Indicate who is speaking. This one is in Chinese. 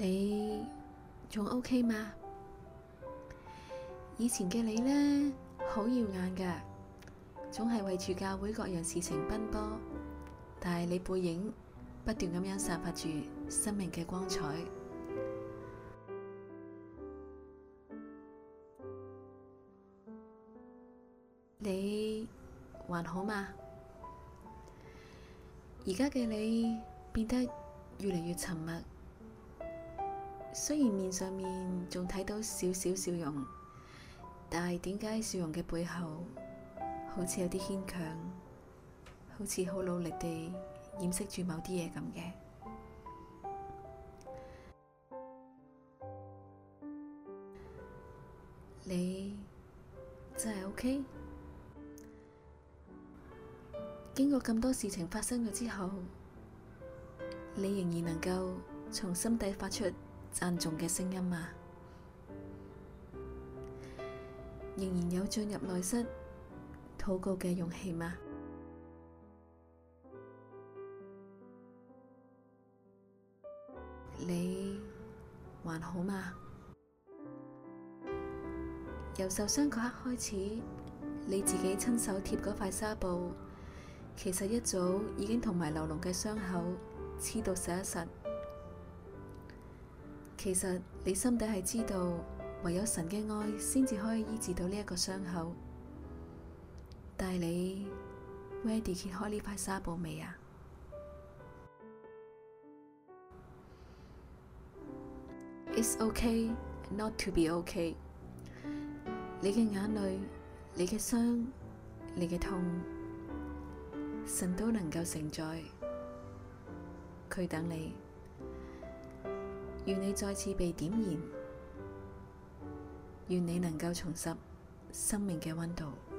Speaker 1: 你仲 OK 嗎？以前嘅你呢，好耀眼㗎，總係為住教會各樣事情奔波，但係你背影不斷咁樣散發住生命嘅光彩。你還好嗎？而家嘅你變得越嚟越沉默，雖然面上面仲睇到少少笑容，但係點解笑容嘅背後好似有啲牽強，好似好努力地掩飾住某啲嘢咁嘅？你真係 OK？經過咁多事情發生咗之後，你仍然能夠從心底發出讚頌嘅聲音嗎？仍然有進入內室禱告嘅勇氣嗎？你還好嗎？由受傷嗰刻開始，你自己親手貼嗰塊紗布，其實一早已經同埋流膿嘅傷口黐到實一實。其實你心底係知道，唯有神嘅愛先至可以醫治到呢一個傷口。但係你 ready 揭開呢塊紗布未啊？It's okay not to be okay。你嘅眼淚、你嘅傷、你嘅痛，神都能夠承載，佢等你，願你再次被點燃，願你能夠重拾生命嘅溫度。